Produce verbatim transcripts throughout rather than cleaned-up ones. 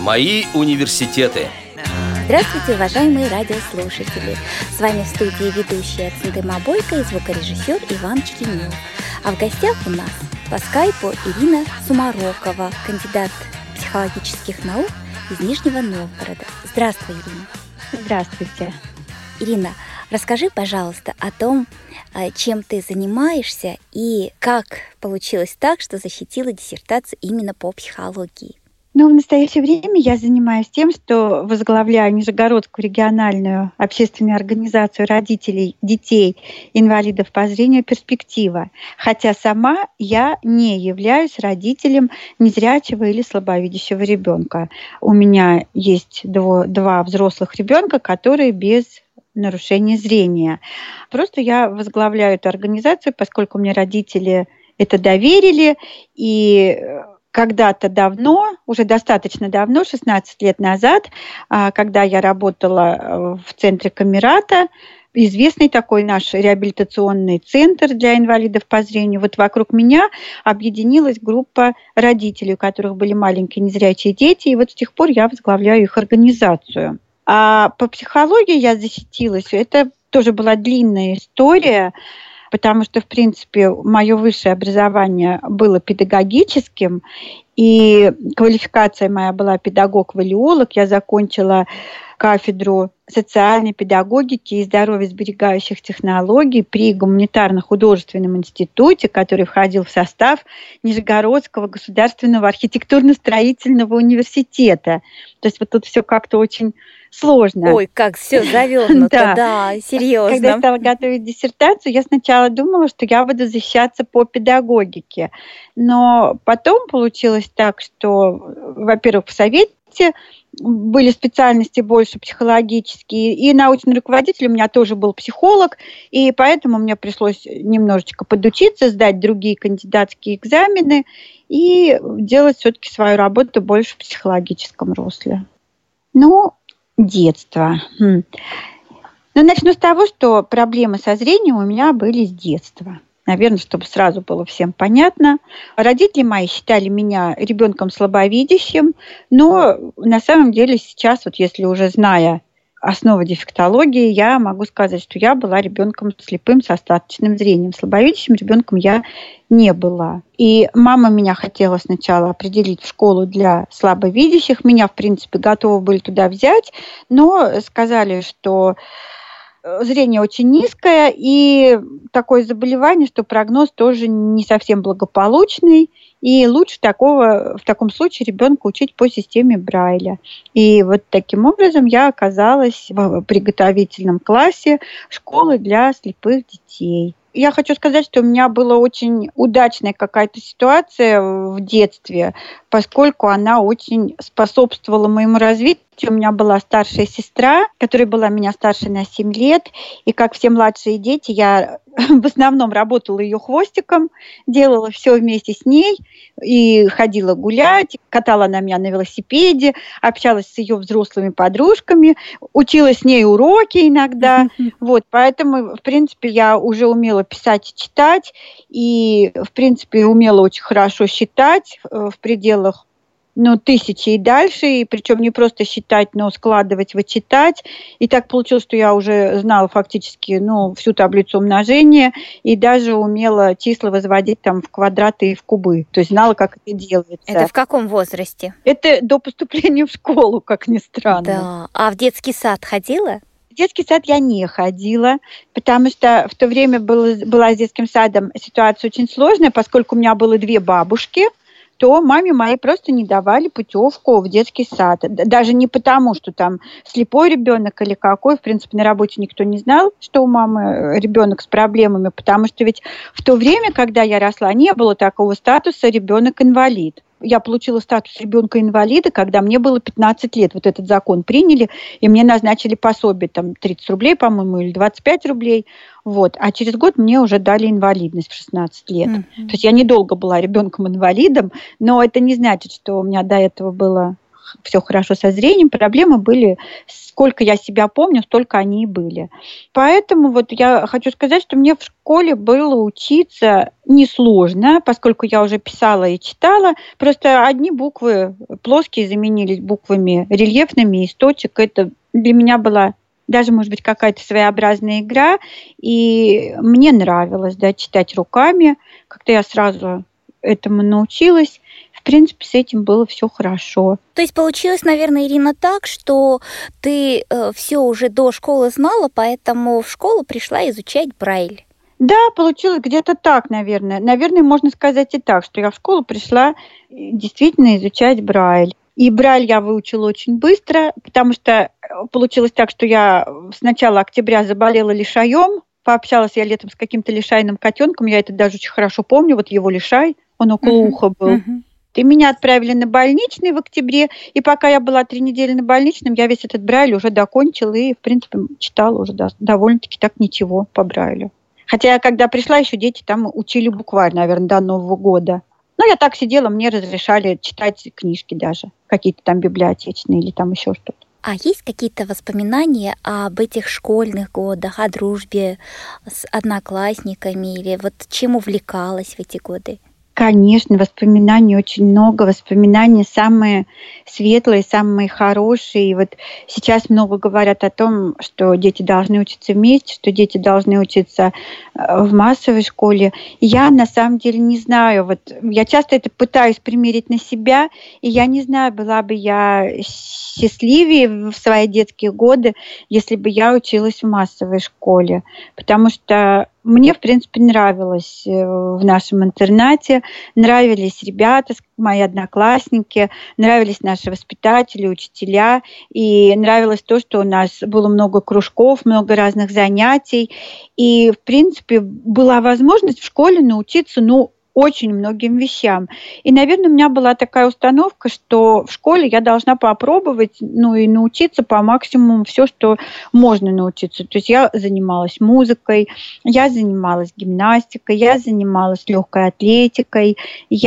Мои университеты. Здравствуйте, уважаемые радиослушатели! С вами в студии ведущая Центыма Бойко и звукорежиссер Иван Черенев. А в гостях у нас по скайпу Ирина Сумарокова, кандидат психологических наук из Нижнего Новгорода. Здравствуй, Ирина. Здравствуйте. Ирина, расскажи, пожалуйста, о том, чем ты занимаешься и как получилось так, что защитила диссертацию именно по психологии. Ну, в настоящее время я занимаюсь тем, что возглавляю Нижегородскую региональную общественную организацию родителей детей инвалидов по зрению «Перспектива», хотя сама я не являюсь родителем незрячего или слабовидящего ребенка. У меня есть дво, два взрослых ребенка, которые без нарушения зрения. Просто я возглавляю эту организацию, поскольку мне родители это доверили, и когда-то давно, уже достаточно давно, шестнадцать лет назад, когда я работала в центре Камерата, известный такой наш реабилитационный центр для инвалидов по зрению, вот вокруг меня объединилась группа родителей, у которых были маленькие незрячие дети, и вот с тех пор я возглавляю их организацию. А по психологии я защитилась. Это тоже была длинная история, потому что, в принципе, мое высшее образование было педагогическим, и квалификация моя была педагог-валиолог. Я закончила кафедру социальной педагогики и здоровьесберегающих технологий при Гуманитарно-художественном институте, который входил в состав Нижегородского государственного архитектурно-строительного университета. То есть вот тут все как-то очень сложно. Ой, как все завернуто, да. да, серьезно. Когда я стала готовить диссертацию, я сначала думала, что я буду защищаться по педагогике. Но потом получилось так, что, во-первых, в Совете были специальности больше психологические, и научный руководитель у меня тоже был психолог, и поэтому мне пришлось немножечко подучиться, сдать другие кандидатские экзамены и делать все-таки свою работу больше в психологическом русле. Ну, детство. Ну, начну с того, что проблемы со зрением у меня были с детства. Наверное, чтобы сразу было всем понятно. Родители мои считали меня ребенком слабовидящим, но на самом деле сейчас, вот если уже зная основы дефектологии, я могу сказать, что я была ребенком слепым с остаточным зрением. Слабовидящим ребенком я не была. И мама меня хотела сначала определить в школу для слабовидящих. Меня, в принципе, готовы были туда взять, но сказали, что зрение очень низкое, и такое заболевание, что прогноз тоже не совсем благополучный, и лучше такого, в таком случае ребенка учить по системе Брайля. И вот таким образом я оказалась в приготовительном классе школы для слепых детей. Я хочу сказать, что у меня была очень удачная какая-то ситуация в детстве, поскольку она очень способствовала моему развитию. У меня была старшая сестра, которая была меня старше на семь лет, и как все младшие дети, я в основном работала ее хвостиком, делала все вместе с ней, и ходила гулять, катала она меня на велосипеде, общалась с ее взрослыми подружками, учила с ней уроки иногда. Вот, поэтому, в принципе, я уже умела писать и читать, и, в принципе, умела очень хорошо считать в пределах ну, тысячи и дальше, и причем не просто считать, но складывать, вычитать. И так получилось, что я уже знала фактически ну, всю таблицу умножения и даже умела числа возводить там в квадраты и в кубы. То есть знала, как это делается. Это в каком возрасте? Это до поступления в школу, как ни странно. Да. А в детский сад ходила? В детский сад я не ходила, потому что в то время было, была с детским садом ситуация очень сложная, поскольку у меня было две бабушки, то маме моей просто не давали путевку в детский сад. Даже не потому, что там слепой ребенок или какой. В принципе, на работе никто не знал, что у мамы ребенок с проблемами, потому что ведь в то время, когда я росла, не было такого статуса ребенок-инвалид. Я получила статус ребенка-инвалида, когда мне было пятнадцать лет. Вот этот закон приняли, и мне назначили пособие, там, тридцать рублей, по-моему, или двадцать пять рублей. Вот. А через год мне уже дали инвалидность в шестнадцать лет. Mm-hmm. То есть я недолго была ребенком-инвалидом, но это не значит, что у меня до этого было все хорошо со зрением. Проблемы были, сколько я себя помню, столько они и были. Поэтому вот я хочу сказать, что мне в школе было учиться несложно, поскольку я уже писала и читала. Просто одни буквы плоские заменились буквами рельефными из точек. Это для меня была даже, может быть, какая-то своеобразная игра. И мне нравилось, да, читать руками. Как-то я сразу этому научилась. В принципе, с этим было все хорошо. То есть получилось, наверное, Ирина, так, что ты э, все уже до школы знала, поэтому в школу пришла изучать Брайль. Да, получилось где-то так, наверное. Наверное, можно сказать и так, что я в школу пришла действительно изучать Брайль. И Брайль я выучила очень быстро, потому что получилось так, что я с начала октября заболела лишаем. Пообщалась я летом с каким-то лишайным котенком, я это даже очень хорошо помню, вот его лишай, он около uh-huh. уха был. Uh-huh. И меня отправили на больничный в октябре, и пока я была три недели на больничном, я весь этот Брайль уже докончила и, в принципе, читала уже да, довольно-таки так ничего по Брайлю. Хотя я когда пришла, еще дети там учили букварь, наверное, до Нового года. Но я так сидела, мне разрешали читать книжки даже, какие-то там библиотечные или там еще что-то. А есть какие-то воспоминания об этих школьных годах, о дружбе с одноклассниками или вот чем увлекалась в эти годы? Конечно, воспоминаний очень много, воспоминания самые светлые, самые хорошие. И вот сейчас много говорят о том, что дети должны учиться вместе, что дети должны учиться в массовой школе. Я на самом деле не знаю, вот я часто это пытаюсь примерить на себя, и я не знаю, была бы я счастливее в свои детские годы, если бы я училась в массовой школе, потому что мне, в принципе, нравилось в нашем интернате, нравились ребята, мои одноклассники, нравились наши воспитатели, учителя, и нравилось то, что у нас было много кружков, много разных занятий, и, в принципе, была возможность в школе научиться, ну, очень многим вещам. И, наверное, у меня была такая установка, что в школе я должна попробовать, ну и научиться по максимуму все, что можно научиться. То есть я занималась музыкой, я занималась гимнастикой, я занималась легкой атлетикой,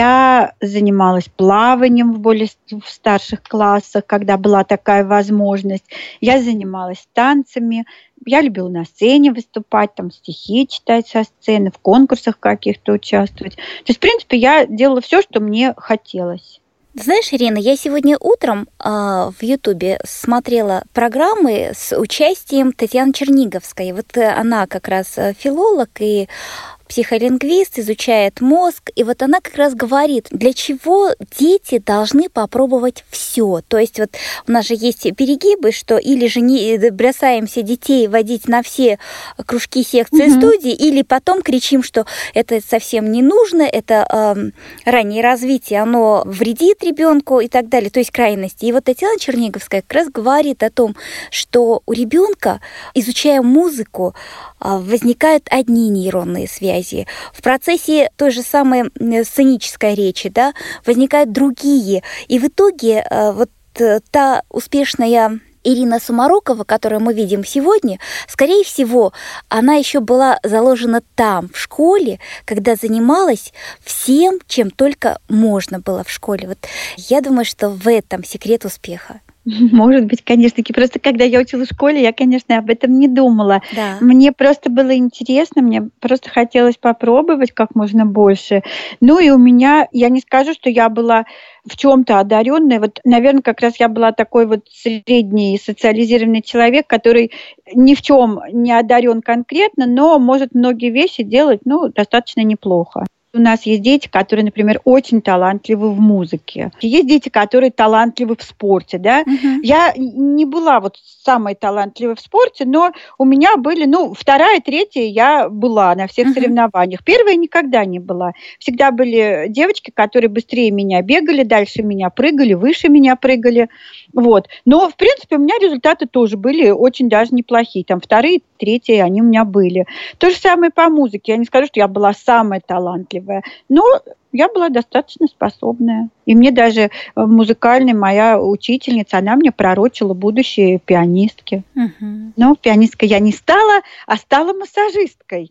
я занималась плаванием в более в старших классах, когда была такая возможность, я занималась танцами. Я любила на сцене выступать, там стихи читать со сцены, в конкурсах каких-то участвовать. То есть, в принципе, я делала все, что мне хотелось. Знаешь, Ирина, я сегодня утром э, в Ютубе смотрела программы с участием Татьяны Черниговской. Вот она как раз филолог и психолингвист, изучает мозг, и вот она как раз говорит, для чего дети должны попробовать все. То есть вот у нас же есть перегибы, что или же не бросаемся детей водить на все кружки, секции, угу. студии, или потом кричим, что это совсем не нужно, это э, раннее развитие, оно вредит ребенку и так далее, то есть крайности. И вот Татьяна Черниговская как раз говорит о том, что у ребенка, изучая музыку, возникают одни нейронные связи. В процессе той же самой сценической речи, да, возникают другие. И в итоге вот та успешная Ирина Сумарокова, которую мы видим сегодня, скорее всего, она еще была заложена там, в школе, когда занималась всем, чем только можно было в школе. Вот я думаю, что в этом секрет успеха. Может быть, конечно. Просто когда я училась в школе, я, конечно, об этом не думала. Да. Мне просто было интересно, мне просто хотелось попробовать как можно больше. Ну и у меня, я не скажу, что я была в чем-то одаренная. Вот, наверное, как раз я была такой вот средний социализированный человек, который ни в чем не одарен конкретно, но может многие вещи делать, ну, достаточно неплохо. У нас есть дети, которые, например, очень талантливы в музыке. Есть дети, которые талантливы в спорте, да. Uh-huh. Я не была вот самой талантливой в спорте, но у меня были, ну, вторая, третья я была на всех uh-huh. соревнованиях. Первая никогда не была. Всегда были девочки, которые быстрее меня бегали, дальше меня прыгали, выше меня прыгали. Вот. Но, в принципе, у меня результаты тоже были очень даже неплохие. Там вторые, третьи они у меня были. То же самое по музыке. Я не скажу, что я была самая талантливая, но я была достаточно способная. И мне даже музыкальная моя учительница, она мне пророчила будущее пианистки. Uh-huh. Но пианисткой я не стала, а стала массажисткой.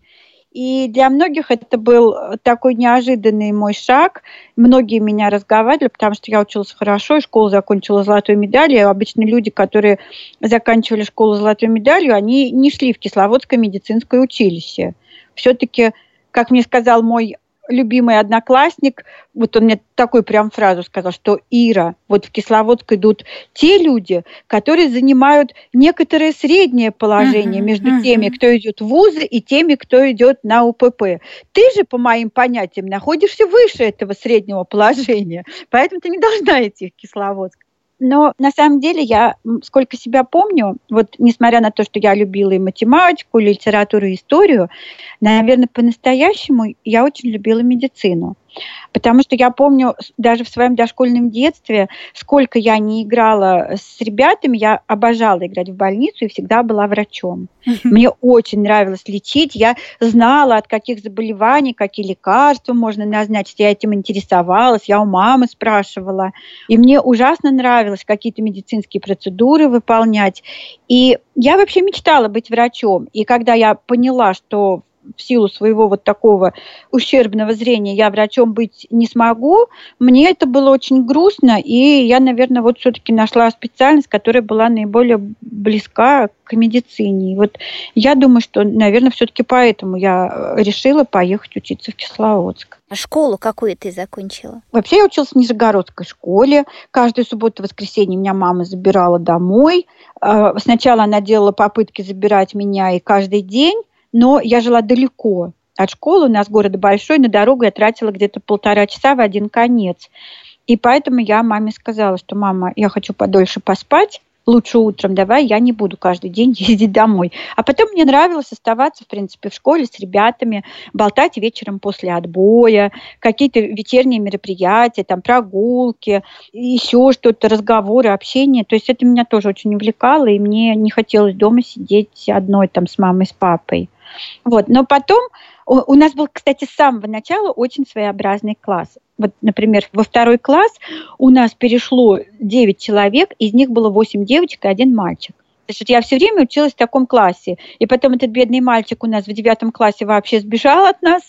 И для многих это был такой неожиданный мой шаг. Многие меня разговаривали, потому что я училась хорошо, и школу закончила золотой медалью. И обычно люди, которые заканчивали школу золотой медалью, они не шли в Кисловодское медицинское училище. Все-таки, как мне сказал мой любимый одноклассник, вот он мне такую прям фразу сказал, что Ира, вот в Кисловодск идут те люди, которые занимают некоторое среднее положение uh-huh, между uh-huh. теми, кто идет в вузы, и теми, кто идет на УПП. Ты же, по моим понятиям, находишься выше этого среднего положения, поэтому ты не должна идти в Кисловодск. Но на самом деле я, сколько себя помню, вот несмотря на то, что я любила и математику, и литературу, и историю, наверное, по-настоящему я очень любила медицину. Потому что я помню даже в своем дошкольном детстве, сколько я не играла с ребятами, я обожала играть в больницу и всегда была врачом. Mm-hmm. Мне очень нравилось лечить, я знала, от каких заболеваний, какие лекарства можно назначить, я этим интересовалась, я у мамы спрашивала. И мне ужасно нравилось какие-то медицинские процедуры выполнять. И я вообще мечтала быть врачом. И когда я поняла, что в силу своего вот такого ущербного зрения я врачом быть не смогу, мне это было очень грустно, и я, наверное, вот все-таки нашла специальность, которая была наиболее близка к медицине. И вот я думаю, что, наверное, все-таки поэтому я решила поехать учиться в Кисловодск. А школу какую ты закончила? Вообще я училась в Нижегородской школе. Каждую субботу и воскресенье меня мама забирала домой. Сначала она делала попытки забирать меня и каждый день, но я жила далеко от школы, у нас город большой, на дорогу я тратила где-то полтора часа в один конец. И поэтому я маме сказала, что мама, я хочу подольше поспать, лучше утром давай, я не буду каждый день ездить домой. А потом мне нравилось оставаться, в принципе, в школе с ребятами, болтать вечером после отбоя, какие-то вечерние мероприятия, там, прогулки, еще что-то, разговоры, общение. То есть это меня тоже очень увлекало, и мне не хотелось дома сидеть одной там с мамой, с папой. Вот. Но потом у нас был, кстати, с самого начала очень своеобразный класс. Вот, например, во второй класс у нас перешло девять человек, из них было восемь девочек и один мальчик. То есть я все время училась в таком классе. И потом этот бедный мальчик у нас в девятом классе вообще сбежал от нас.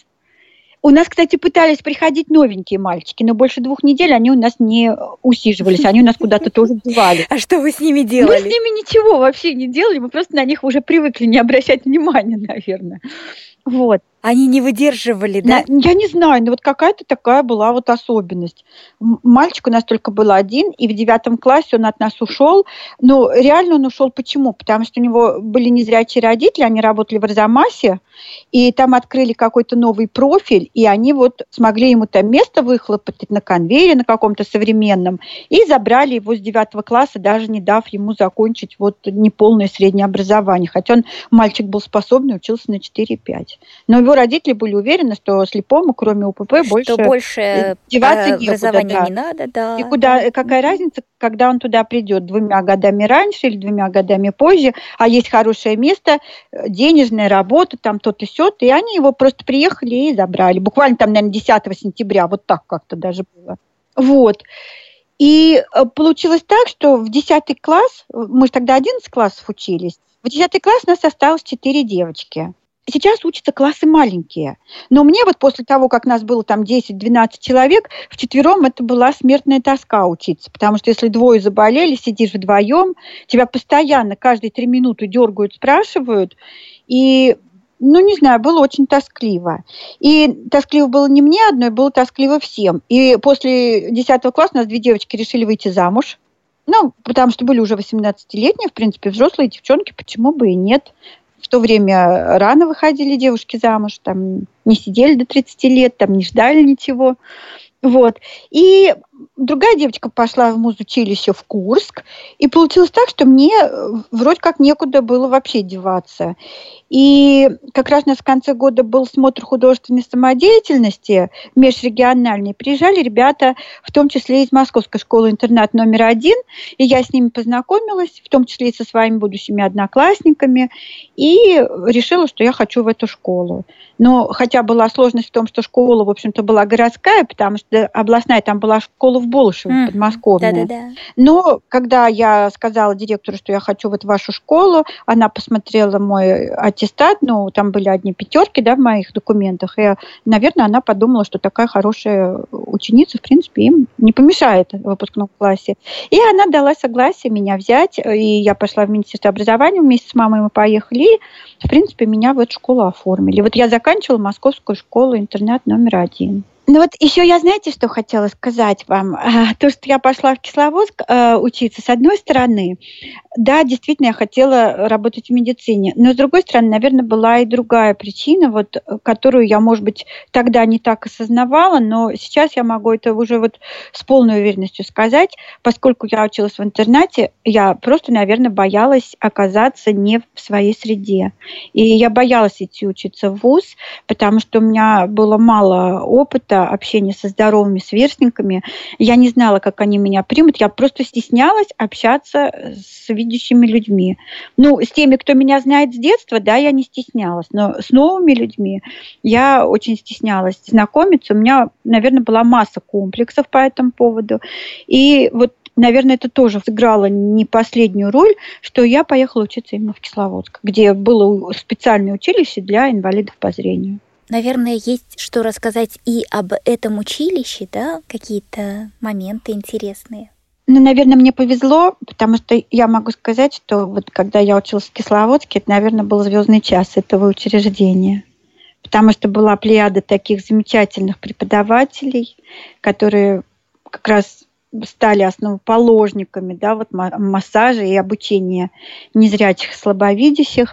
У нас, кстати, пытались приходить новенькие мальчики, но больше двух недель они у нас не усиживались, они у нас куда-то тоже девались. А что вы с ними делали? Мы с ними ничего вообще не делали, мы просто на них уже привыкли не обращать внимания, наверное. Вот. Они не выдерживали, да? На, я не знаю, но вот какая-то такая была вот особенность. Мальчик у нас только был один, и в девятом классе он от нас ушел. Но реально он ушел почему? Потому что у него были незрячие родители, они работали в Арзамасе, и там открыли какой-то новый профиль, и они вот смогли ему там место выхлопотать на конвейере на каком-то современном, и забрали его с девятого класса, даже не дав ему закончить вот неполное среднее образование. Хотя он, мальчик был способный, учился на четыре пять. Но его родители были уверены, что слепому, кроме УПП, что больше, больше деваться образования некуда, да. не надо, да. И куда, какая разница, когда он туда придет, двумя годами раньше или двумя годами позже, а есть хорошее место, денежная работа, там то-то сё-то, и они его просто приехали и забрали. Буквально там, наверное, десятого сентября, вот так как-то даже было. Вот. И получилось так, что в десятый класс, мы же тогда одиннадцать классов учились, в десятый класс у нас осталось четыре девочки. Сейчас учатся классы маленькие. Но мне вот после того, как нас было там десять-двенадцать человек, вчетвером это была смертная тоска учиться. Потому что если двое заболели, сидишь вдвоем, тебя постоянно каждые три минуты дергают, спрашивают. И, ну, не знаю, было очень тоскливо. И тоскливо было не мне одной, было тоскливо всем. И после десятого класса у нас две девочки решили выйти замуж. Ну, потому что были уже восемнадцатилетние, в принципе, взрослые девчонки, почему бы и нет. В то время рано выходили девушки замуж, там не сидели до тридцати лет, там не ждали ничего. Вот. И другая девочка пошла в музучилище в Курск, и получилось так, что мне вроде как некуда было вообще деваться. И как раз у нас в конце года был смотр художественной самодеятельности межрегиональный. Приезжали ребята, в том числе из Московской школы-интернат номер один, и я с ними познакомилась, в том числе и со своими будущими одноклассниками, и решила, что я хочу в эту школу. Но хотя была сложность в том, что школа, в общем-то, была городская, потому что областная, там была школа в Болышево, mm, подмосковная. Да-да-да. Но когда я сказала директору, что я хочу вот в вашу школу, она посмотрела мой аттестат, ну, там были одни пятерки, да, в моих документах, и, наверное, она подумала, что такая хорошая ученица, в принципе, им не помешает в выпускном классе. И она дала согласие меня взять, и я пошла в Министерство образования, вместе с мамой мы поехали, и, в принципе, меня в эту школу оформили. Вот я заканчивала Московскую школу-интернат номер один. Ну вот еще я, знаете, что хотела сказать вам? То, что я пошла в Кисловодск э, учиться, с одной стороны, да, действительно, я хотела работать в медицине, но с другой стороны, наверное, была и другая причина, вот, которую я, может быть, тогда не так осознавала, но сейчас я могу это уже вот с полной уверенностью сказать, поскольку я училась в интернате, я просто, наверное, боялась оказаться не в своей среде. И я боялась идти учиться в вуз, потому что у меня было мало опыта общения со здоровыми сверстниками. Я не знала, как они меня примут. Я просто стеснялась общаться с видящими людьми. Ну, с теми, кто меня знает с детства, да, я не стеснялась. Но с новыми людьми я очень стеснялась знакомиться. У меня, наверное, была масса комплексов по этому поводу. И вот, наверное, это тоже сыграло не последнюю роль, что я поехала учиться именно в Кисловодск, где было специальное училище для инвалидов по зрению. Наверное, есть что рассказать и об этом училище, да, какие-то моменты интересные. Ну, наверное, мне повезло, потому что я могу сказать, что вот когда я училась в Кисловодске, это, наверное, был звездный час этого учреждения, потому что была плеяда таких замечательных преподавателей, которые как раз стали основоположниками, да, вот массажа и обучения незрячих, слабовидящих.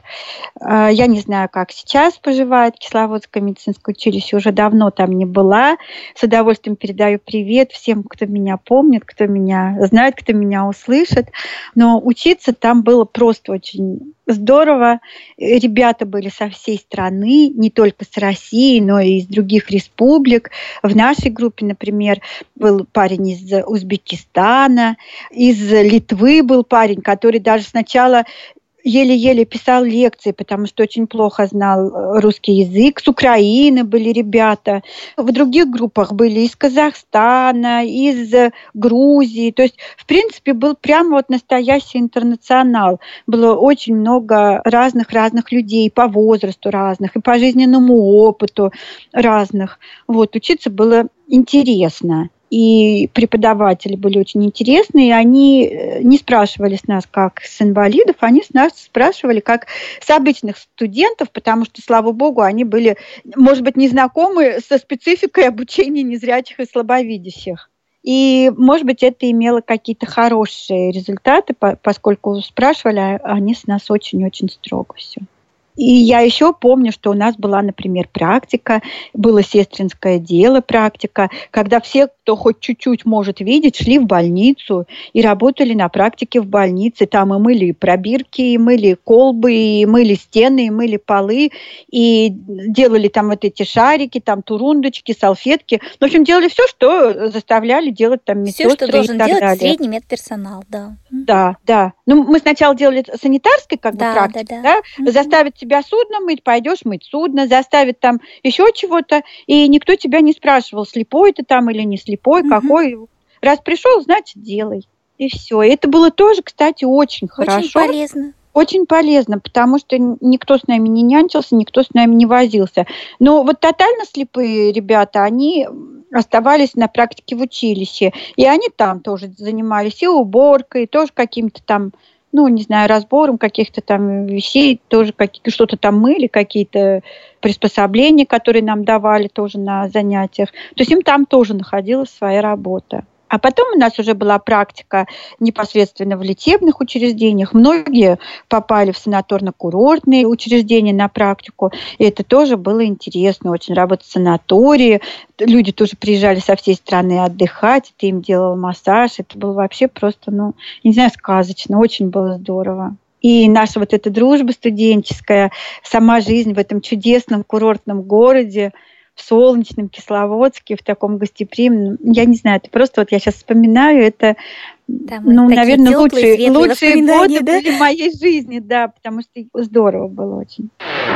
Я не знаю, как сейчас поживает Кисловодское медицинское училище, уже давно там не была. С удовольствием передаю привет всем, кто меня помнит, кто меня знает, кто меня услышит. Но учиться там было просто очень здорово. Ребята были со всей страны, не только с России, но и из других республик. В нашей группе, например, был парень из Узбекистана, из Литвы был парень, который даже сначала еле-еле писал лекции, потому что очень плохо знал русский язык. С Украины были ребята. В других группах были из Казахстана, из Грузии. То есть, в принципе, был прямо вот настоящий интернационал. Было очень много разных-разных людей, по возрасту разных, и по жизненному опыту разных. Вот, учиться было интересно. И преподаватели были очень интересные, и они не спрашивали с нас, как с инвалидов, они с нас спрашивали, как с обычных студентов, потому что, слава богу, они были, может быть, не знакомы со спецификой обучения незрячих и слабовидящих. И, может быть, это имело какие-то хорошие результаты, поскольку спрашивали они с нас очень-очень строго все. И я еще помню, что у нас была, например, практика, было сестринское дело, практика, когда все, кто хоть чуть-чуть может видеть, шли в больницу и работали на практике в больнице. Там и мыли пробирки, и мыли колбы, и мыли стены, и мыли полы, и делали там вот эти шарики, там турундочки, салфетки. В общем, делали все, что заставляли делать там медсестры и так далее. Все, что должен делать средний медперсонал, да. Да, да. Ну, мы сначала делали санитарской как бы да, практику, да, да. да? Mm-hmm. Заставить тебя судно мыть, пойдешь мыть судно, заставить там еще чего-то, и никто тебя не спрашивал, слепой ты там или не слепой, mm-hmm. какой. Раз пришел, значит, делай. И все. И это было тоже, кстати, очень, очень хорошо. Очень полезно. Очень полезно, потому что никто с нами не нянчился, никто с нами не возился. Но вот тотально слепые ребята, они оставались на практике в училище, и они там тоже занимались и уборкой, и тоже каким-то там, ну, не знаю, разбором каких-то там вещей, тоже какие-то, что-то там мыли, какие-то приспособления, которые нам давали тоже на занятиях. То есть им там тоже находилась своя работа. А потом у нас уже была практика непосредственно в лечебных учреждениях. Многие попали в санаторно-курортные учреждения на практику. И это тоже было интересно. Очень работать в санатории. Люди тоже приезжали со всей страны отдыхать. Ты им делал массаж. Это было вообще просто, ну, не знаю, сказочно. Очень было здорово. И наша вот эта дружба студенческая, сама жизнь в этом чудесном курортном городе, в солнечном Кисловодске, в таком гостеприимном. Я не знаю, это просто вот я сейчас вспоминаю, это, там ну, наверное, лучшие, лучшие годы да? были в моей жизни, да, потому что здорово было очень.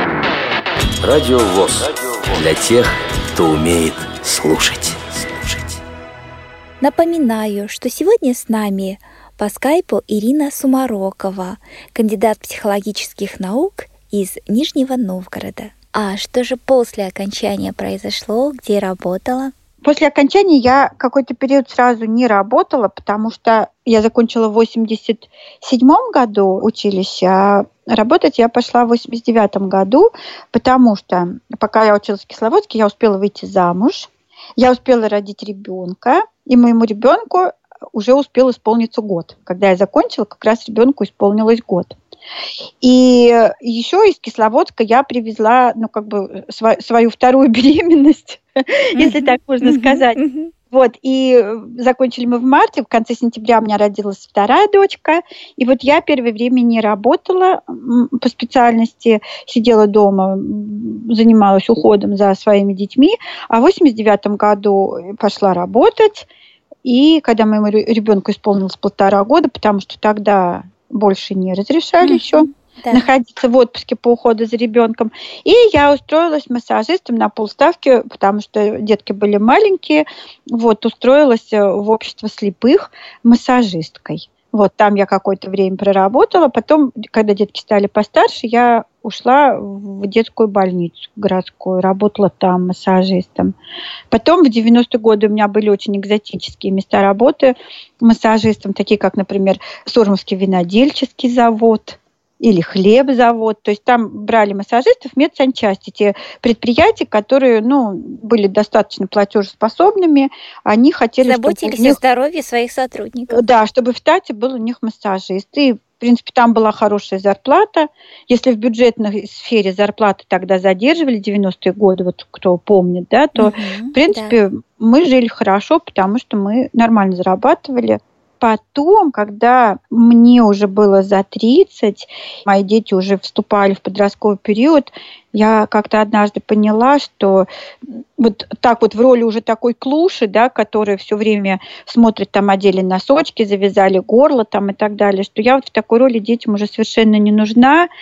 Радио ВОС. Для тех, кто умеет слушать. слушать. Напоминаю, что сегодня с нами по скайпу Ирина Сумарокова, кандидат психологических наук из Нижнего Новгорода. А что же после окончания произошло? Где работала? После окончания я какой-то период сразу не работала, потому что я закончила в восемьдесят седьмом году училище, а работать я пошла в восемьдесят девятом году, потому что пока я училась в Кисловодске, я успела выйти замуж, я успела родить ребенка, и моему ребенку уже успел исполниться год. Когда я закончила, как раз ребенку исполнилось год. И еще из Кисловодска я привезла, ну, как бы, св- свою вторую беременность, если так можно сказать. Вот, и закончили мы в марте, в конце сентября у меня родилась вторая дочка, и вот я первое время не работала по специальности, сидела дома, занималась уходом за своими детьми, а в восемьдесят девятом году пошла работать, и когда моему ребенку исполнилось полтора года, потому что тогда больше не разрешали mm-hmm. еще да. находиться в отпуске по уходу за ребенком. И я устроилась массажистом на полставки, потому что детки были маленькие. Вот, устроилась в общество слепых массажисткой. Вот, там я какое-то время проработала. Потом, когда детки стали постарше, я ушла в детскую больницу городскую, работала там массажистом. Потом в девяностые годы у меня были очень экзотические места работы массажистом, такие как, например, Сормовский винодельческий завод или хлебзавод. То есть там брали массажистов медсанчасти, те предприятия, которые, ну, были достаточно платежеспособными, они хотели... Заботились чтобы них... о здоровье своих сотрудников. Да, чтобы в штате был у них массажист. И, в принципе, там была хорошая зарплата. Если в бюджетной сфере зарплаты тогда задерживали девяностые годы, вот кто помнит, да, то, угу, в принципе, да. мы жили хорошо, потому что мы нормально зарабатывали. Потом, когда мне уже было за тридцать, мои дети уже вступали в подростковый период, я как-то однажды поняла, что вот так вот в роли уже такой клуши, да, которая все время смотрит, там одели носочки, завязали горло там и так далее, что я вот в такой роли детям уже совершенно не нужна,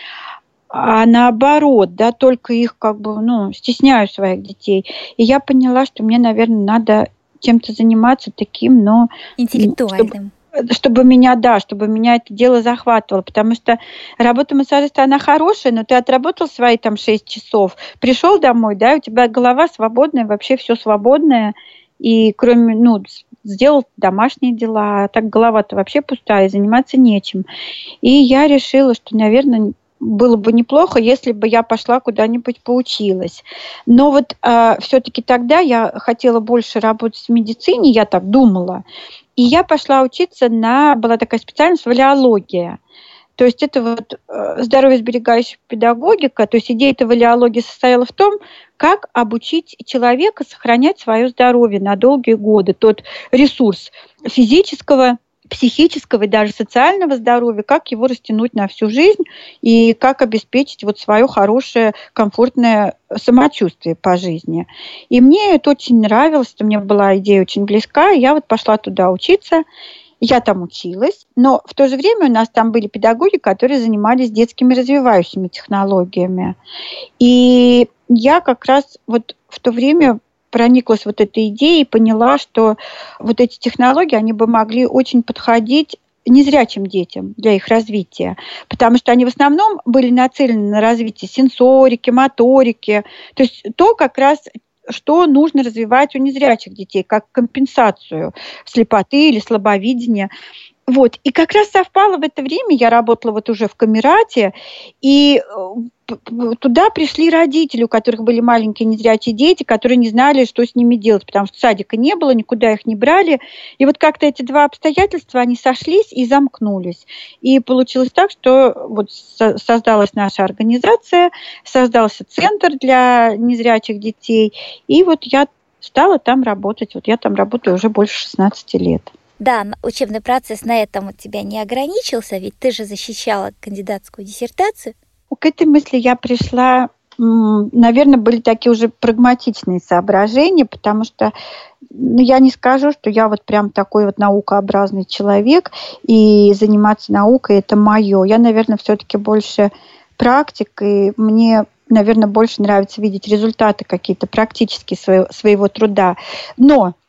а наоборот, да, только их как бы, ну, стесняю своих детей. И я поняла, что мне, наверное, надо чем-то заниматься таким, но... интеллектуальным. Чтобы, чтобы меня, да, чтобы меня это дело захватывало, потому что работа массажиста, она хорошая, но ты отработал свои там шесть часов, пришел домой, да, у тебя голова свободная, вообще все свободное, и кроме, ну, сделал домашние дела, а так голова-то вообще пустая, и заниматься нечем. И я решила, что, наверное, было бы неплохо, если бы я пошла куда-нибудь поучилась. Но вот э, все-таки тогда я хотела больше работать в медицине, я так думала. И я пошла учиться на... Была такая специальность валеология. То есть это вот э, здоровьесберегающая педагогика. То есть идея этой валеологии состояла в том, как обучить человека сохранять свое здоровье на долгие годы. Тот ресурс физического, психического и даже социального здоровья, как его растянуть на всю жизнь и как обеспечить вот свое хорошее, комфортное самочувствие по жизни. И мне это очень нравилось, это мне была идея очень близка, и я вот пошла туда учиться. Я там училась, но в то же время у нас там были педагоги, которые занимались детскими развивающими технологиями. И я как раз вот в то время прониклась вот этой идеей и поняла, что вот эти технологии, они бы могли очень подходить незрячим детям для их развития, потому что они в основном были нацелены на развитие сенсорики, моторики, то есть то как раз, что нужно развивать у незрячих детей, как компенсацию слепоты или слабовидения. Вот. И как раз совпало в это время, я работала вот уже в Камерате, и туда пришли родители, у которых были маленькие незрячие дети, которые не знали, что с ними делать, потому что садика не было, никуда их не брали. И вот как-то эти два обстоятельства, они сошлись и замкнулись. И получилось так, что вот создалась наша организация, создался центр для незрячих детей, и вот я стала там работать. Вот я там работаю уже больше шестнадцати лет. Да, учебный процесс на этом у тебя не ограничился, ведь ты же защищала кандидатскую диссертацию. К этой мысли я пришла, наверное, были такие уже прагматичные соображения, потому что ну, я не скажу, что я вот прям такой вот наукообразный человек, и заниматься наукой – это мое. Я, наверное, все-таки больше практик, и мне, наверное, больше нравится видеть результаты какие-то практические своего, своего труда. Но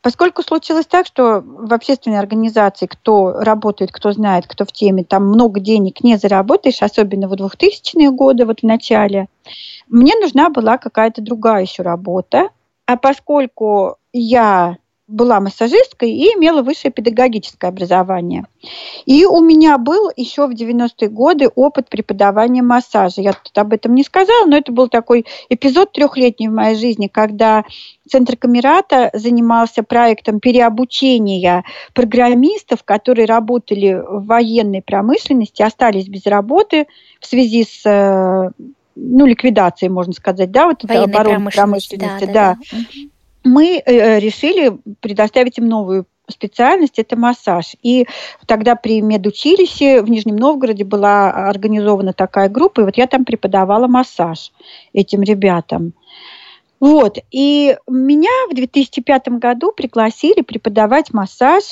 Поскольку случилось так, что в общественной организации, кто работает, кто знает, кто в теме, там много денег не заработаешь, особенно в двухтысячные годы, вот в начале, мне нужна была какая-то другая еще работа. А поскольку я была массажисткой и имела высшее педагогическое образование. И у меня был еще в девяностые годы опыт преподавания массажа. Я тут об этом не сказала, но это был такой эпизод трехлетний в моей жизни, когда Центр Камерата занимался проектом переобучения программистов, которые работали в военной промышленности, остались без работы в связи с ну, ликвидацией, можно сказать, да, вот это оборот промышленности. Да, да, да. Мы э, решили предоставить им новую специальность – это массаж. И тогда при медучилище в Нижнем Новгороде была организована такая группа, и вот я там преподавала массаж этим ребятам. Вот. И меня в две тысячи пятом году пригласили преподавать массаж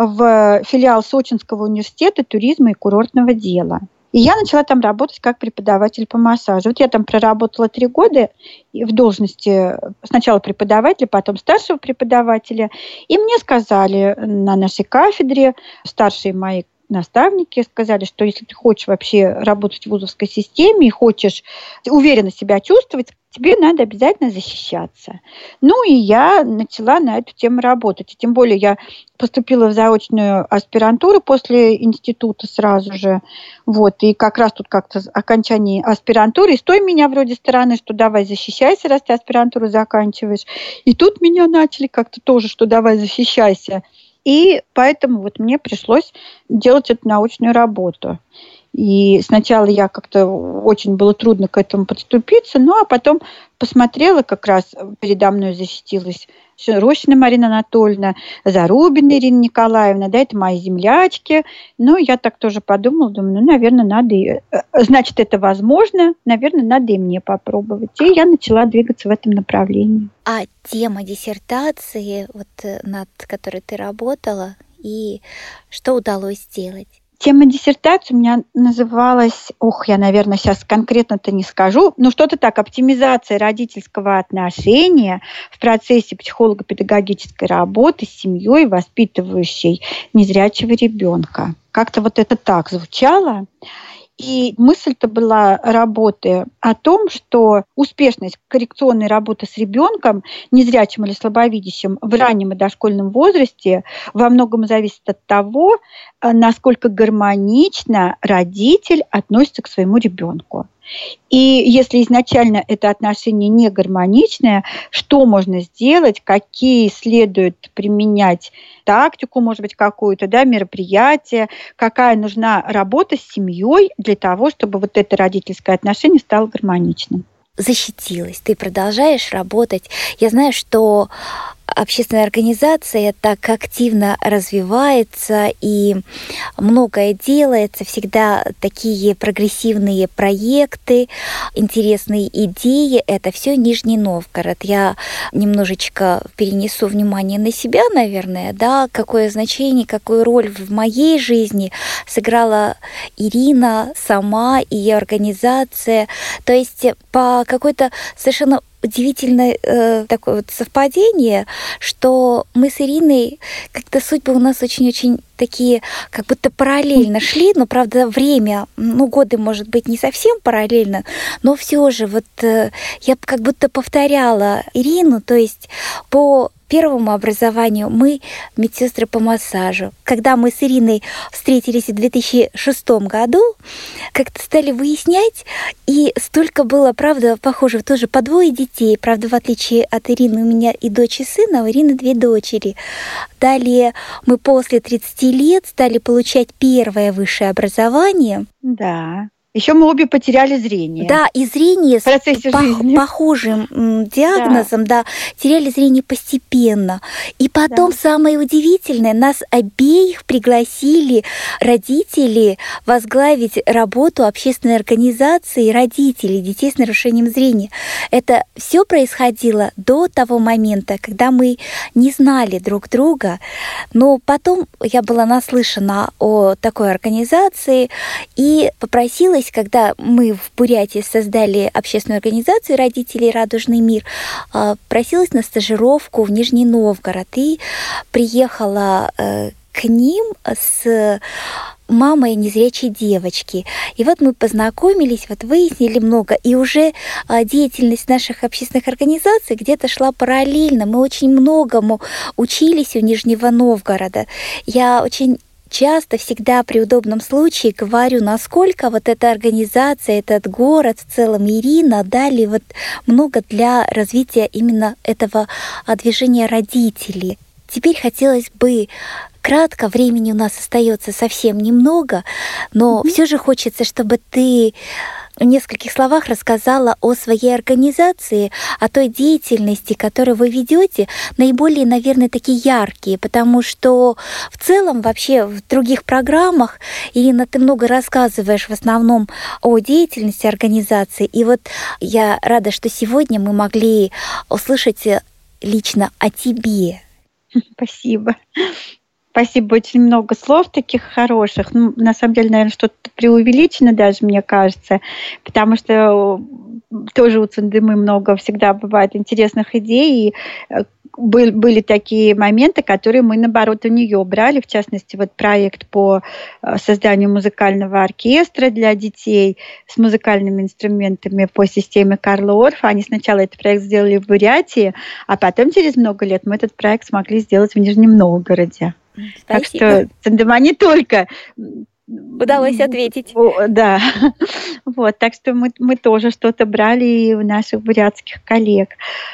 в филиал Сочинского университета туризма и курортного дела. И я начала там работать как преподаватель по массажу. Вот я там проработала три года в должности сначала преподавателя, потом старшего преподавателя. И мне сказали на нашей кафедре, старшие мои наставники сказали, что если ты хочешь вообще работать в вузовской системе и хочешь уверенно себя чувствовать, тебе надо обязательно защищаться. Ну и я начала на эту тему работать. И тем более я поступила в заочную аспирантуру после института сразу же. Вот. И как раз тут как-то окончание аспирантуры. И с той меня вроде стороны, что давай защищайся, раз ты аспирантуру заканчиваешь. И тут меня начали как-то тоже, что давай защищайся. И поэтому вот мне пришлось делать эту научную работу. И сначала я как-то очень было трудно к этому подступиться, ну а потом посмотрела, как раз передо мной защитилась Рощина Марина Анатольевна, Зарубина Ирина Николаевна, да, это мои землячки. Ну, я так тоже подумала, думаю, ну, наверное, надо, и... значит, это возможно, наверное, надо и мне попробовать. И я начала двигаться в этом направлении. А тема диссертации, вот, над которой ты работала, и что удалось сделать? Тема диссертации у меня называлась, ох, я, наверное, сейчас конкретно-то не скажу, но что-то так, оптимизация родительского отношения в процессе психолого-педагогической работы с семьей, воспитывающей незрячего ребенка. Как-то вот это так звучало. И мысль-то была работы о том, что успешность коррекционной работы с ребенком, незрячим или слабовидящим, в раннем и дошкольном возрасте во многом зависит от того, насколько гармонично родитель относится к своему ребенку. И если изначально это отношение не гармоничное, что можно сделать, какие следует применять тактику, может быть, какую-то, да, мероприятие, какая нужна работа с семьей для того, чтобы вот это родительское отношение стало гармоничным. Защитилась, ты продолжаешь работать. Я знаю, что общественная организация так активно развивается и многое делается, всегда такие прогрессивные проекты, интересные идеи. Это все Нижний Новгород. Я немножечко перенесу внимание на себя, наверное, да, какое значение, какую роль в моей жизни сыграла Ирина сама и ее организация. То есть по какой-то совершенно удивительное э, такое вот совпадение, что мы с Ириной, как-то судьбы у нас очень-очень такие, как будто параллельно шли, но, правда, время, ну, годы, может быть, не совсем параллельно, но все же вот э, я как будто повторяла Ирину, то есть по первому образованию мы медсестры по массажу. Когда мы с Ириной встретились в две тысячи шестом году, как-то стали выяснять, и столько было, правда, похоже, тоже по двое детей. Правда, в отличие от Ирины, у меня и дочь, и сын, а у Ирины две дочери. Далее мы после тридцати лет стали получать первое высшее образование. Да. Еще мы обе потеряли зрение. Да, и зрение с по- похожим диагнозом, да. да, теряли зрение постепенно. И потом, да. Самое удивительное, нас обеих пригласили родители возглавить работу общественной организации родителей детей с нарушением зрения. Это все происходило до того момента, когда мы не знали друг друга, но потом я была наслышана о такой организации и попросила случилось, когда мы в Бурятии создали общественную организацию родителей «Радужный мир», просилась на стажировку в Нижний Новгород и приехала к ним с мамой незрячей девочки. И вот мы познакомились, вот выяснили много, и уже деятельность наших общественных организаций где-то шла параллельно. Мы очень многому учились у Нижнего Новгорода. Я очень часто, всегда при удобном случае говорю, насколько вот эта организация, этот город в целом, Ирина, дали вот много для развития именно этого движения родителей. Теперь хотелось бы кратко, времени у нас остается совсем немного, но mm-hmm. все же хочется, чтобы ты в нескольких словах рассказала о своей организации, о той деятельности, которую вы ведете, наиболее, наверное, такие яркие, потому что в целом вообще в других программах, Ирина, ты много рассказываешь в основном о деятельности организации, и вот я рада, что сегодня мы могли услышать лично о тебе. Спасибо. Спасибо, очень много слов таких хороших. Ну, на самом деле, наверное, что-то преувеличено даже, мне кажется, потому что тоже у Цандемы много всегда бывает интересных идей, и были, были такие моменты, которые мы, наоборот, у нее брали, в частности, вот проект по созданию музыкального оркестра для детей с музыкальными инструментами по системе Карла Орфа. Они сначала этот проект сделали в Бурятии, а потом через много лет мы этот проект смогли сделать в Нижнем Новгороде. Спасибо. Так что Цандема не только... Удалось ответить. Да. Вот, так что мы, мы тоже что-то брали и у наших бурятских коллег.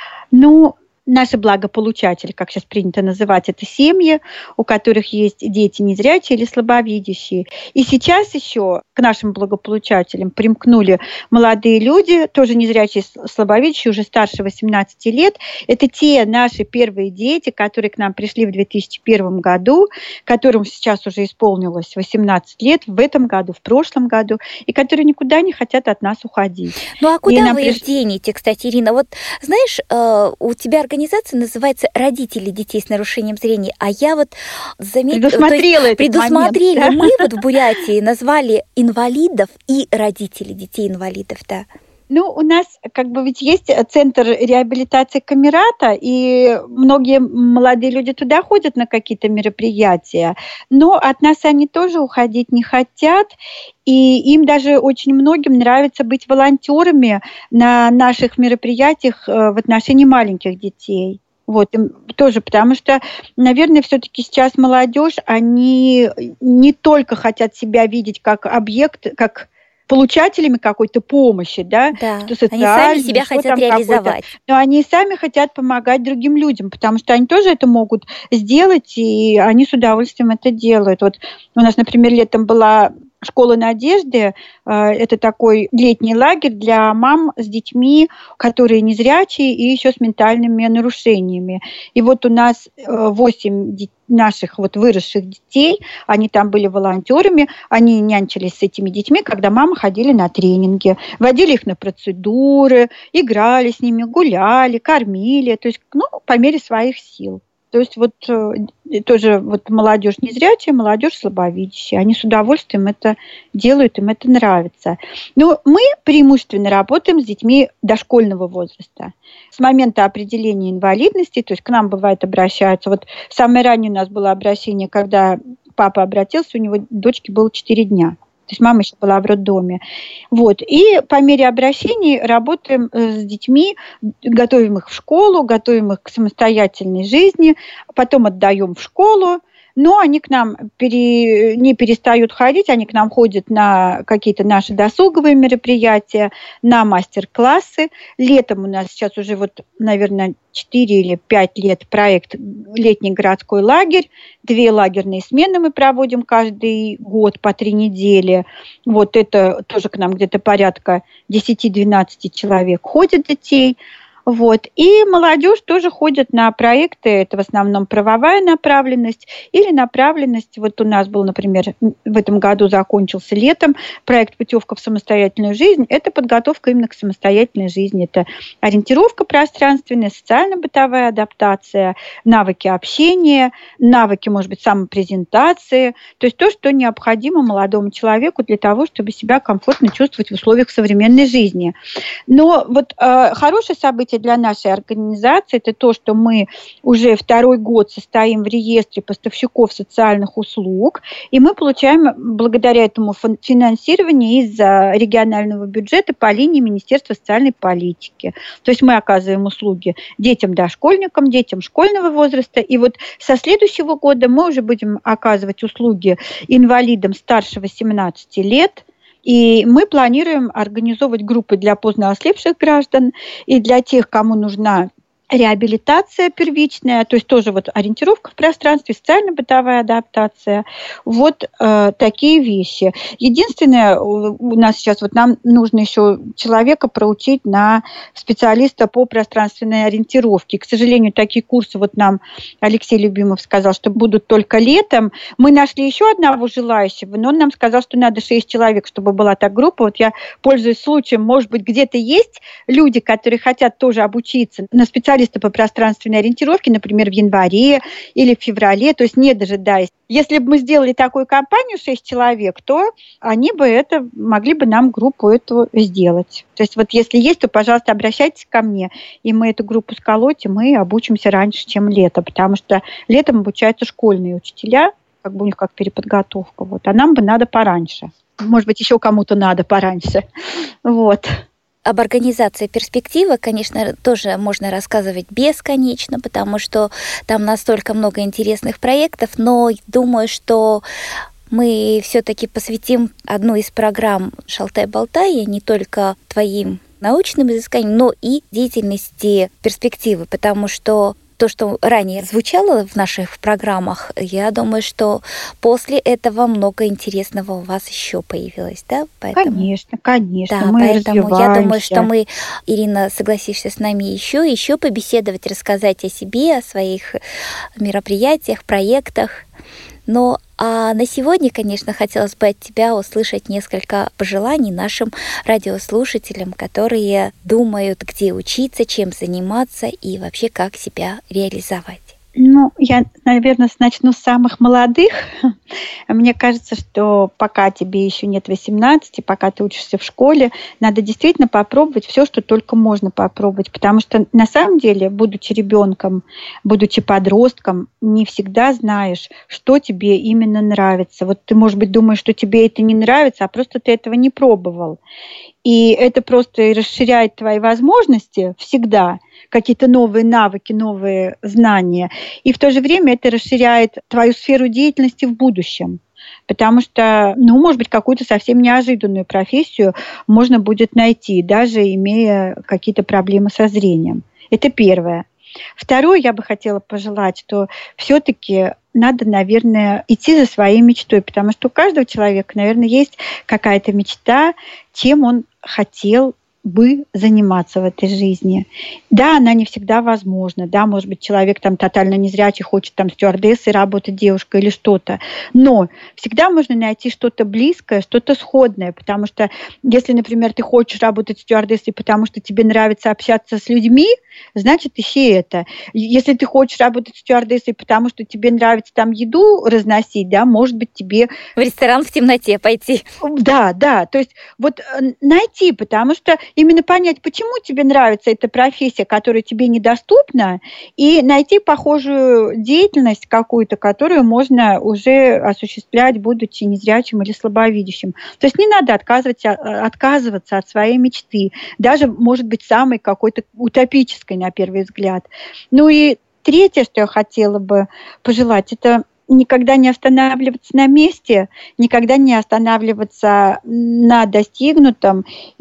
Ну, наши благополучатели, как сейчас принято называть, это семьи, у которых есть дети незрячие или слабовидящие. И сейчас еще к нашим благополучателям примкнули молодые люди, тоже незрячие, слабовидящие, уже старше восемнадцати лет. Это те наши первые дети, которые к нам пришли в две тысячи первом году, которым сейчас уже исполнилось восемнадцать лет, в этом году, в прошлом году, и которые никуда не хотят от нас уходить. Ну а куда вы приш... их денете, кстати, Ирина? Вот знаешь, у тебя организация называется «Родители детей с нарушением зрения», а я вот заметила... Предусмотрела этот предусмотрели момент, да? Мы вот в Бурятии назвали инвалидов и родителей детей-инвалидов, да. Ну, у нас как бы ведь есть центр реабилитации Камерата, и многие молодые люди туда ходят на какие-то мероприятия, но от нас они тоже уходить не хотят, и им даже очень многим нравится быть волонтерами на наших мероприятиях в отношении маленьких детей. Вот, тоже, потому что, наверное, все-таки сейчас молодежь, они не только хотят себя видеть как объект, как получателями какой-то помощи, да, да. что они сами себя хотят реализовать. Но они сами хотят помогать другим людям, потому что они тоже это могут сделать, и они с удовольствием это делают. Вот у нас, например, летом была «Школа надежды». Это такой летний лагерь для мам с детьми, которые незрячие и еще с ментальными нарушениями. И вот у нас восемь наших вот выросших детей, они там были волонтерами, они нянчились с этими детьми, когда мамы ходили на тренинги, водили их на процедуры, играли с ними, гуляли, кормили, то есть, ну, по мере своих сил. То есть вот э, тоже вот молодежь незрячая, молодежь слабовидящая. Они с удовольствием это делают, им это нравится. Но мы преимущественно работаем с детьми дошкольного возраста. С момента определения инвалидности, то есть к нам бывает обращаются. Вот самое раннее у нас было обращение, когда папа обратился, у него дочке было четыре дня. То есть мама еще была в роддоме. Вот. И по мере обращений работаем с детьми, готовим их в школу, готовим их к самостоятельной жизни, потом отдаем в школу. Но они к нам пере... не перестают ходить, они к нам ходят на какие-то наши досуговые мероприятия, на мастер-классы. Летом у нас сейчас уже, вот, наверное, четыре или пять лет проект «Летний городской лагерь». Две лагерные смены мы проводим каждый год по три недели. Вот это тоже к нам где-то порядка десять-двенадцать человек ходят детей. Вот. И молодежь тоже ходит на проекты, это в основном правовая направленность или направленность, вот у нас был, например, в этом году закончился летом проект «Путевка в самостоятельную жизнь», это подготовка именно к самостоятельной жизни, это ориентировка пространственная, социально-бытовая адаптация, навыки общения, навыки, может быть, самопрезентации, то есть то, что необходимо молодому человеку для того, чтобы себя комфортно чувствовать в условиях современной жизни. Но вот э, хорошее событие для нашей организации – это то, что мы уже второй год состоим в реестре поставщиков социальных услуг, и мы получаем благодаря этому финансирование из регионального бюджета по линии Министерства социальной политики. То есть мы оказываем услуги детям-дошкольникам, детям школьного возраста, и вот со следующего года мы уже будем оказывать услуги инвалидам старше восемнадцати лет. И мы планируем организовывать группы для поздно ослепших граждан и для тех, кому нужна реабилитация первичная, то есть тоже вот ориентировка в пространстве, социально-бытовая адаптация, вот э, такие вещи. Единственное, у нас сейчас вот нам нужно еще человека проучить на специалиста по пространственной ориентировке. К сожалению, такие курсы вот нам Алексей Любимов сказал, что будут только летом. Мы нашли еще одного желающего, но он нам сказал, что надо шесть человек, чтобы была так группа. Вот я пользуюсь случаем, может быть, где-то есть люди, которые хотят тоже обучиться на специалиста по пространственной ориентировке, например, в январе или в феврале, то есть не дожидаясь. Если бы мы сделали такую кампанию шесть человек, то они бы это могли бы нам группу эту сделать. То есть вот если есть, то, пожалуйста, обращайтесь ко мне, и мы эту группу сколотим и обучимся раньше, чем лето, потому что летом обучаются школьные учителя, как бы у них как переподготовка, вот, а нам бы надо пораньше. Может быть, еще кому-то надо пораньше. Вот. Об организации «Перспектива», конечно, тоже можно рассказывать бесконечно, потому что там настолько много интересных проектов, но думаю, что мы все-таки посвятим одну из программ «Шалтай-болтай» не только твоим научным изысканиям, но и деятельности «Перспективы», потому что то, что ранее звучало в наших программах, я думаю, что после этого много интересного у вас еще появилось, да? Поэтому... Конечно, конечно. Да, мы поэтому я думаю, что мы, Ирина, согласишься с нами еще, еще побеседовать, рассказать о себе, о своих мероприятиях, проектах. Но а на сегодня, конечно, хотелось бы от тебя услышать несколько пожеланий нашим радиослушателям, которые думают, где учиться, чем заниматься и вообще как себя реализовать. Ну, я, наверное, начну с самых молодых. Мне кажется, что пока тебе еще нет восемнадцати, пока ты учишься в школе, надо действительно попробовать все, что только можно попробовать. Потому что на самом деле, будучи ребенком, будучи подростком, не всегда знаешь, что тебе именно нравится. Вот ты, может быть, думаешь, что тебе это не нравится, а просто ты этого не пробовал. И это просто расширяет твои возможности всегда, какие-то новые навыки, новые знания. И в то же время это расширяет твою сферу деятельности в будущем. Потому что, ну, может быть, какую-то совсем неожиданную профессию можно будет найти, даже имея какие-то проблемы со зрением. Это первое. Второе, я бы хотела пожелать, что все-таки надо, наверное, идти за своей мечтой, потому что у каждого человека, наверное, есть какая-то мечта, чем он хотел бы заниматься в этой жизни. Да, она не всегда возможна. Да, может быть, человек там тотально незрячий, хочет там стюардессой работать, девушкой или что-то. Но всегда можно найти что-то близкое, что-то сходное. Потому что если, например, ты хочешь работать стюардессой, потому что тебе нравится общаться с людьми, значит, ищи это. Если ты хочешь работать стюардессой, потому что тебе нравится там еду разносить, да, может быть, тебе... В ресторан в темноте пойти. Да, да. То есть вот найти, потому что именно понять, почему тебе нравится эта профессия, которая тебе недоступна, и найти похожую деятельность какую-то, которую можно уже осуществлять, будучи незрячим или слабовидящим. То есть не надо отказываться, отказываться от своей мечты, даже, может быть, самой какой-то утопической, на первый взгляд. Ну и третье, что я хотела бы пожелать, это никогда не останавливаться на месте, никогда не останавливаться на достигнутом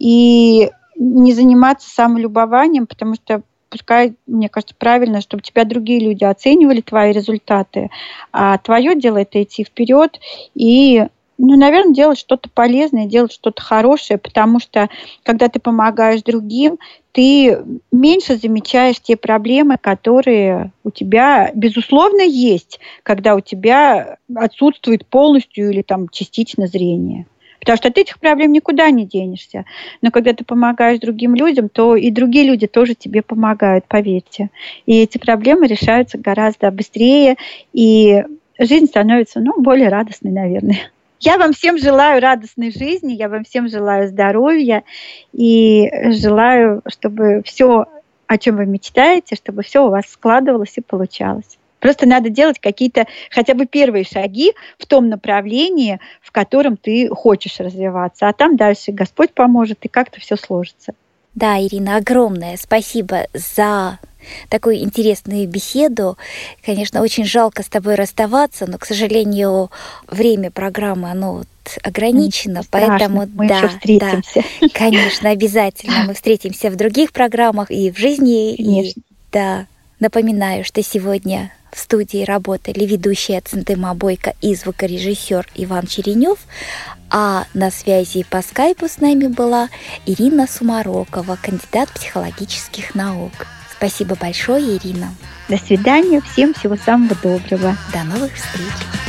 и не заниматься самолюбованием, потому что пускай, мне кажется, правильно, чтобы тебя другие люди оценивали, твои результаты, а твое дело – это идти вперед и Ну, наверное, делать что-то полезное, делать что-то хорошее, потому что, когда ты помогаешь другим, ты меньше замечаешь те проблемы, которые у тебя, безусловно, есть, когда у тебя отсутствует полностью или там частично зрение. Потому что от этих проблем никуда не денешься. Но когда ты помогаешь другим людям, то и другие люди тоже тебе помогают, поверьте. И эти проблемы решаются гораздо быстрее, и жизнь становится, ну, более радостной, наверное. Я вам всем желаю радостной жизни, я вам всем желаю здоровья и желаю, чтобы все, о чем вы мечтаете, чтобы все у вас складывалось и получалось. Просто надо делать какие-то хотя бы первые шаги в том направлении, в котором ты хочешь развиваться. А там дальше Господь поможет, и как-то все сложится. Да, Ирина, огромное спасибо за такую интересную беседу. Конечно, очень жалко с тобой расставаться, но, к сожалению, время программы, оно вот ограничено, Страшно. Поэтому мы да, еще встретимся. Да, конечно, обязательно мы встретимся в других программах и в жизни. Конечно. И, да, напоминаю, что сегодня в студии работали ведущая Центыма Бойко и звукорежиссер Иван Черенев, а на связи по скайпу с нами была Ирина Сумарокова, кандидат психологических наук. Спасибо большое, Ирина. До свидания, всем всего самого доброго. До новых встреч.